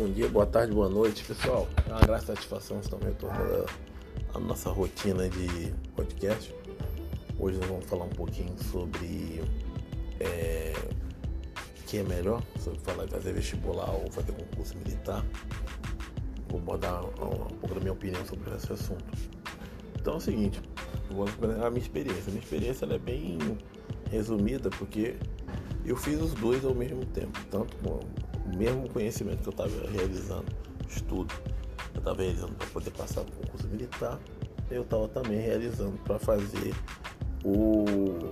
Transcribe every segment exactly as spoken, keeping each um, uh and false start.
Bom dia, boa tarde, boa noite, pessoal. É uma grande satisfação estamos retornando à nossa rotina de podcast. Hoje nós vamos falar um pouquinho sobre é, o que é melhor, sobre falar de fazer vestibular ou fazer concurso militar. Vou dar um, um pouco da minha opinião sobre esse assunto. Então é o seguinte, eu vou apresentar a minha experiência. A minha experiência ela é bem resumida porque eu fiz os dois ao mesmo tempo, tanto com o mesmo conhecimento que eu estava realizando, estudo, eu estava realizando para poder passar no concurso militar, eu estava também realizando para fazer o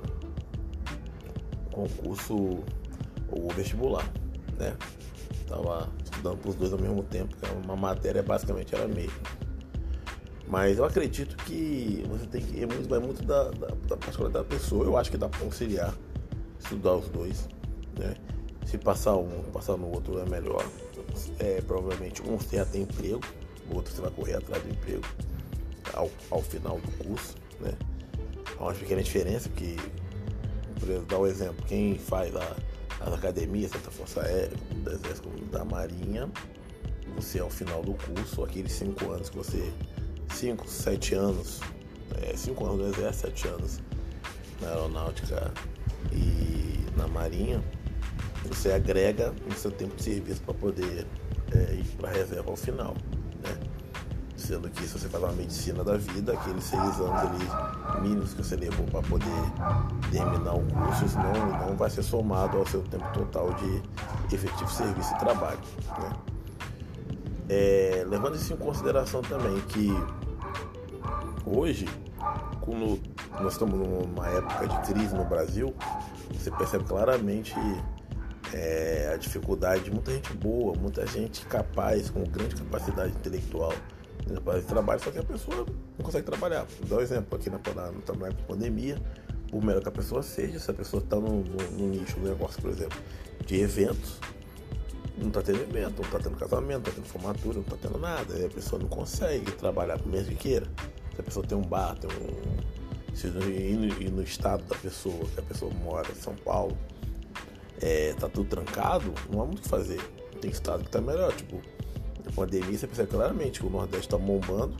concurso, o vestibular, né? Estava estudando para os dois ao mesmo tempo, que uma matéria basicamente era a mesma. Mas eu acredito que você tem que, vai muito da, da, da particularidade da pessoa. Eu acho que dá para conciliar, estudar os dois, né? Se passar um, passar no outro é melhor. É, provavelmente um você já tem emprego, o outro você vai correr atrás do emprego ao, ao final do curso, né? Há uma pequena diferença que, por exemplo, dar um exemplo, quem faz a, as academias, tanto a Força Aérea, como do Exército, como da Marinha, você ao final do curso, aqueles cinco anos que você, cinco, sete anos, é, cinco anos no Exército, sete anos na Aeronáutica e na Marinha, você agrega no seu tempo de serviço para poder é, ir para a reserva ao final, né? Sendo que se você faz uma medicina da vida, aqueles seis anos ali mínimos que você levou para poder terminar o curso, senão não vai ser somado ao seu tempo total de efetivo serviço e trabalho, né? É, levando isso em consideração também que hoje, quando nós estamos numa época de crise no Brasil, você percebe claramente é, a dificuldade de muita gente boa, muita gente capaz, com grande capacidade intelectual, capaz de trabalho, só que a pessoa não consegue trabalhar. Vou dar um exemplo aqui na, na, na pandemia, por melhor que a pessoa seja, se a pessoa está no, no, no nicho do negócio, por exemplo, de eventos, não está tendo evento, não está tendo casamento, não está tendo formatura, não está tendo nada, aí a pessoa não consegue trabalhar por mesmo que queira. Se a pessoa tem um bar, tem um... se ir no, ir no estado da pessoa, que a pessoa mora em São Paulo, é, tá tudo trancado, não há muito o que fazer. Tem estado que tá melhor, tipo, na pandemia você percebe claramente que o Nordeste tá bombando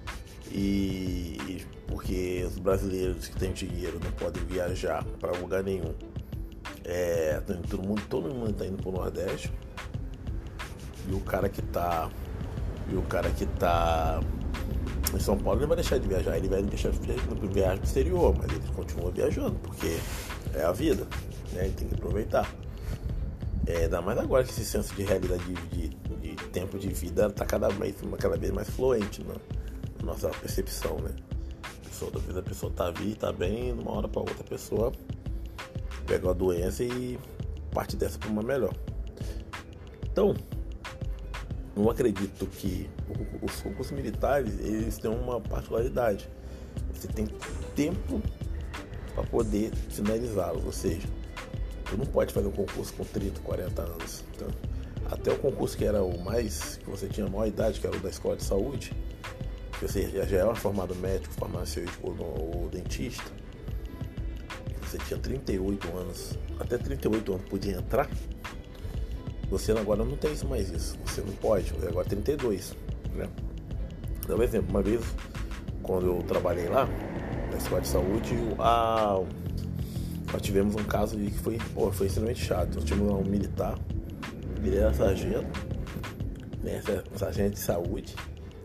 e porque os brasileiros que têm dinheiro não podem viajar para lugar nenhum. É, todo mundo, todo mundo tá indo pro Nordeste e o cara que tá e o cara que tá em São Paulo não vai deixar de viajar, ele vai deixar de viajar pro exterior, mas ele continua viajando, porque é a vida, né? Ele tem que aproveitar. É, ainda mais agora que esse senso de realidade de, de, de tempo de vida está cada vez, cada vez mais fluente na, na nossa percepção, né? A pessoa, às vezes a pessoa está viva, está bem, de uma hora para outra a pessoa pega uma doença e parte dessa para uma melhor. Então, não acredito que os concursos militares eles têm uma particularidade. Você tem tempo para poder finalizá-los, ou seja, você não pode fazer um concurso com trinta, quarenta anos. Então, até o concurso que era o mais, que você tinha a maior idade, que era o da escola de saúde, que você já era formado médico, farmacêutico ou, ou dentista, você tinha trinta e oito anos, até trinta e oito anos podia entrar. Você agora não tem isso mais isso, você não pode, agora trinta e dois, né? Dá um exemplo, uma vez quando eu trabalhei lá na escola de saúde, a, nós tivemos um caso de que foi, pô, foi extremamente chato. Nós tínhamos um militar, ele era sargento, né, sargento de saúde.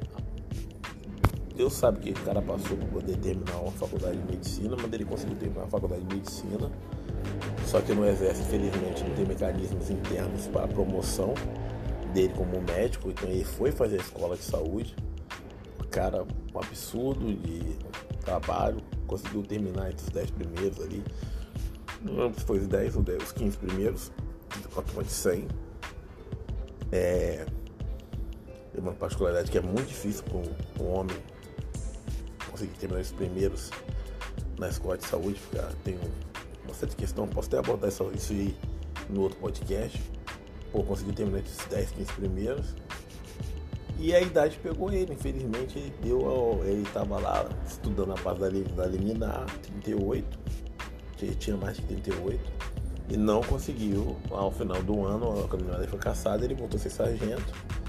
Deus sabe que o cara passou para poder terminar uma faculdade de medicina, mas ele conseguiu terminar a faculdade de medicina. Só que no Exército, infelizmente, não tem mecanismos internos para a promoção dele como médico, então ele foi fazer a escola de saúde. O cara, um absurdo de trabalho, conseguiu terminar entre os dez primeiros ali. Não lembro se foi os dez ou os quinze primeiros, com a turma de cem. É uma particularidade que é muito difícil para um homem conseguir terminar os primeiros na escola de saúde, porque tem um uma certa questão, posso até abordar isso, isso aí no outro podcast. Pô, consegui terminar esses dez, quinze primeiros. E a idade pegou ele, infelizmente ele deu, ele estava lá estudando a base da, da liminar, trinta e oito, ele tinha mais de trinta e oito, e não conseguiu, ao final do ano, quando ele foi caçado, ele voltou a ser sargento,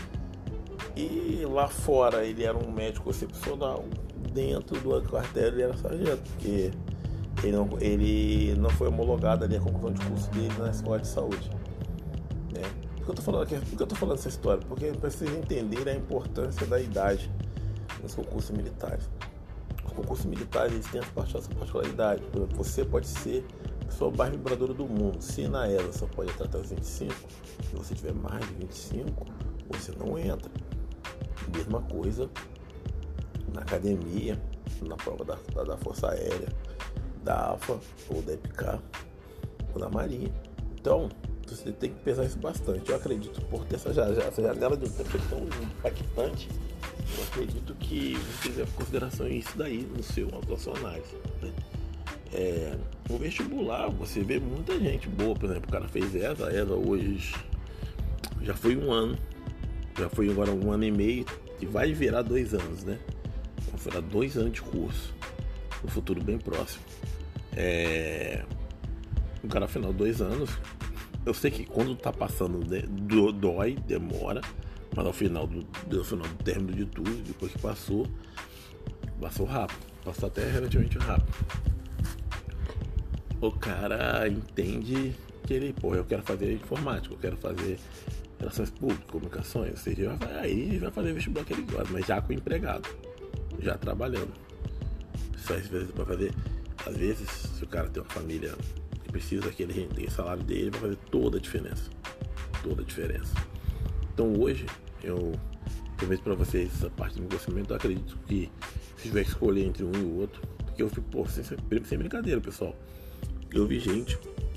E lá fora ele era um médico excepcional, dentro do quartel ele era sargento, porque ele não, ele não foi homologado ali a conclusão de curso dele na escola de saúde, né? Por que eu tô falando aqui, por que eu tô falando essa história? Porque para vocês entenderem a importância da idade nos concursos militares. Os concursos militares eles têm essa particularidade. Por exemplo, você pode ser a pessoa mais vibradora do mundo. Se na E S A só pode entrar até os vinte e cinco, se você tiver mais de vinte e cinco, você não entra. Mesma coisa na academia, na prova da, da, da Força Aérea, da A F A ou da E P K ou da Marinha. Então, você tem que pesar isso bastante. Eu acredito, por ter essa, essa janela de um tempo tão impactante, eu acredito que você leva em consideração isso daí no seu autoanálise, né? É, no vestibular, você vê muita gente boa. Por exemplo, o cara fez essa, a ESA hoje já foi um ano, já foi agora um ano e meio, e vai virar dois anos, né? Vai virar dois anos de curso, no futuro bem próximo. É, o cara, afinal, dois anos. Eu sei que quando tá passando, né, dói, demora, mas ao final do, ao final do término de tudo, depois que passou, passou rápido, passou até relativamente rápido. O cara entende que ele, pô, eu quero fazer informática, eu quero fazer relações públicas, comunicações, ou seja, vai, aí vai fazer vestibular que ele gosta, mas já com empregado, já trabalhando. Só às vezes vai fazer, às vezes, se o cara tem uma família que precisa que ele rende o salário dele, vai fazer toda a diferença, toda a diferença. Então hoje, eu prometo para vocês essa parte do meu conhecimento. Eu acredito que se tiver que escolher entre um e o outro, porque eu fico, pô, sem, sem brincadeira, pessoal, eu vi gente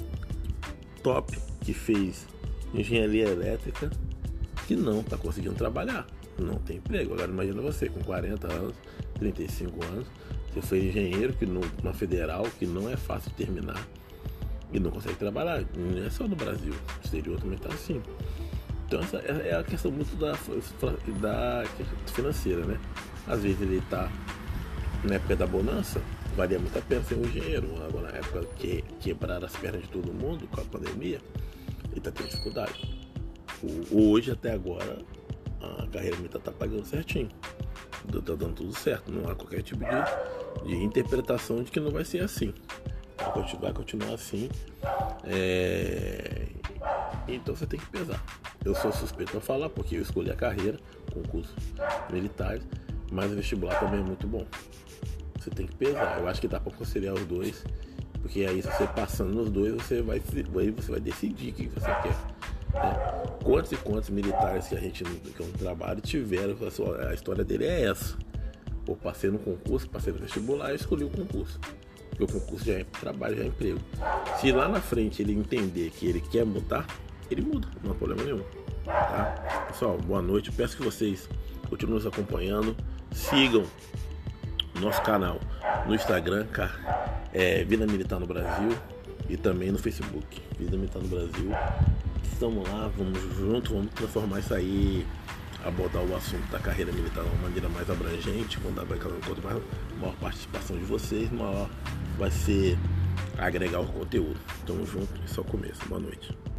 top que fez engenharia elétrica que não está conseguindo trabalhar, não tem emprego. Agora imagina você com quarenta anos, trinta e cinco anos, você foi engenheiro que no, na federal, que não é fácil de terminar e não consegue trabalhar. Não é só no Brasil, no exterior também está assim. Então essa é a questão muito da, da financeira, né? Às vezes ele está na época da bonança, valia muito a pena ser um engenheiro. Agora na época que quebraram as pernas de todo mundo com a pandemia, ele está tendo dificuldade. Hoje, até agora, a carreira militar está pagando certinho, está dando tudo certo, não há qualquer tipo de, de interpretação de que não vai ser assim, vai continuar assim. É... Então você tem que pesar. Eu sou suspeito para falar porque eu escolhi a carreira, concursos militares, mas o vestibular também é muito bom. Você tem que pesar. Eu acho que dá para conciliar os dois, porque aí, se você passando nos dois, você vai, aí você vai decidir o que você quer, né? Quantos e quantos militares que a gente que é um trabalho tiveram, a história dele é essa. Pô, passei no concurso, passei no vestibular e escolhi o concurso, porque o concurso já é trabalho, já é emprego. Se lá na frente ele entender que ele quer mudar, ele muda, não há problema nenhum, tá? Pessoal, boa noite. Peço que vocês continuem nos acompanhando, sigam nosso canal no Instagram, é, Vida Militar no Brasil, e também no Facebook, Vida Militar no Brasil. Estamos lá, vamos junto, vamos transformar isso aí, abordar o assunto da carreira militar de uma maneira mais abrangente, quando vai quanto mais maior participação de vocês, maior vai ser agregar o conteúdo. Tamo junto, isso é o começo. Boa noite.